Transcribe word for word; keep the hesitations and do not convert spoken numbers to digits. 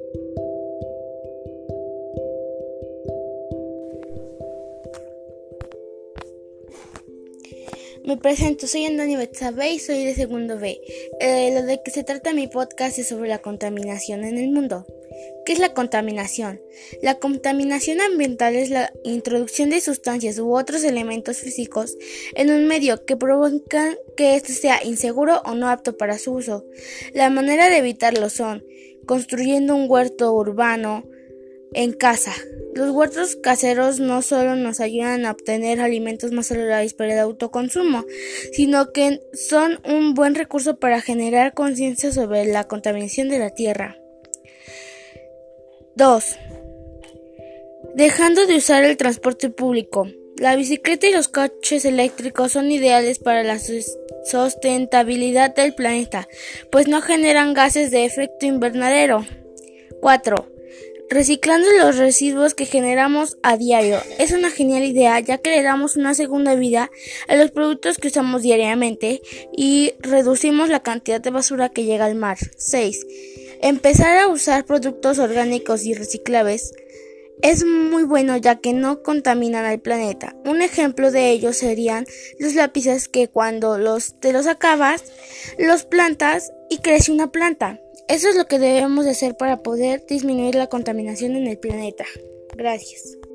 Me presento, soy Andani Betsabe y soy de segundo B. Eh, lo de que se trata mi podcast es sobre la contaminación en el mundo. ¿Qué es la contaminación? La contaminación ambiental es la introducción de sustancias u otros elementos físicos en un medio que provocan que éste sea inseguro o no apto para su uso. La manera de evitarlo son construyendo un huerto urbano en casa. Los huertos caseros no solo nos ayudan a obtener alimentos más saludables para el autoconsumo, sino que son un buen recurso para generar conciencia sobre la contaminación de la tierra. dos. Dejando de usar el transporte público. La bicicleta y los coches eléctricos son ideales para la sustentabilidad del planeta, pues no generan gases de efecto invernadero. cuatro. Reciclando los residuos que generamos a diario. Es una genial idea, ya que le damos una segunda vida a los productos que usamos diariamente y reducimos la cantidad de basura que llega al mar. seis. Empezar a usar productos orgánicos y reciclables es muy bueno, ya que no contaminan al planeta. Un ejemplo de ello serían los lápices que cuando los te los acabas, los plantas y crece una planta. Eso es lo que debemos de hacer para poder disminuir la contaminación en el planeta. Gracias.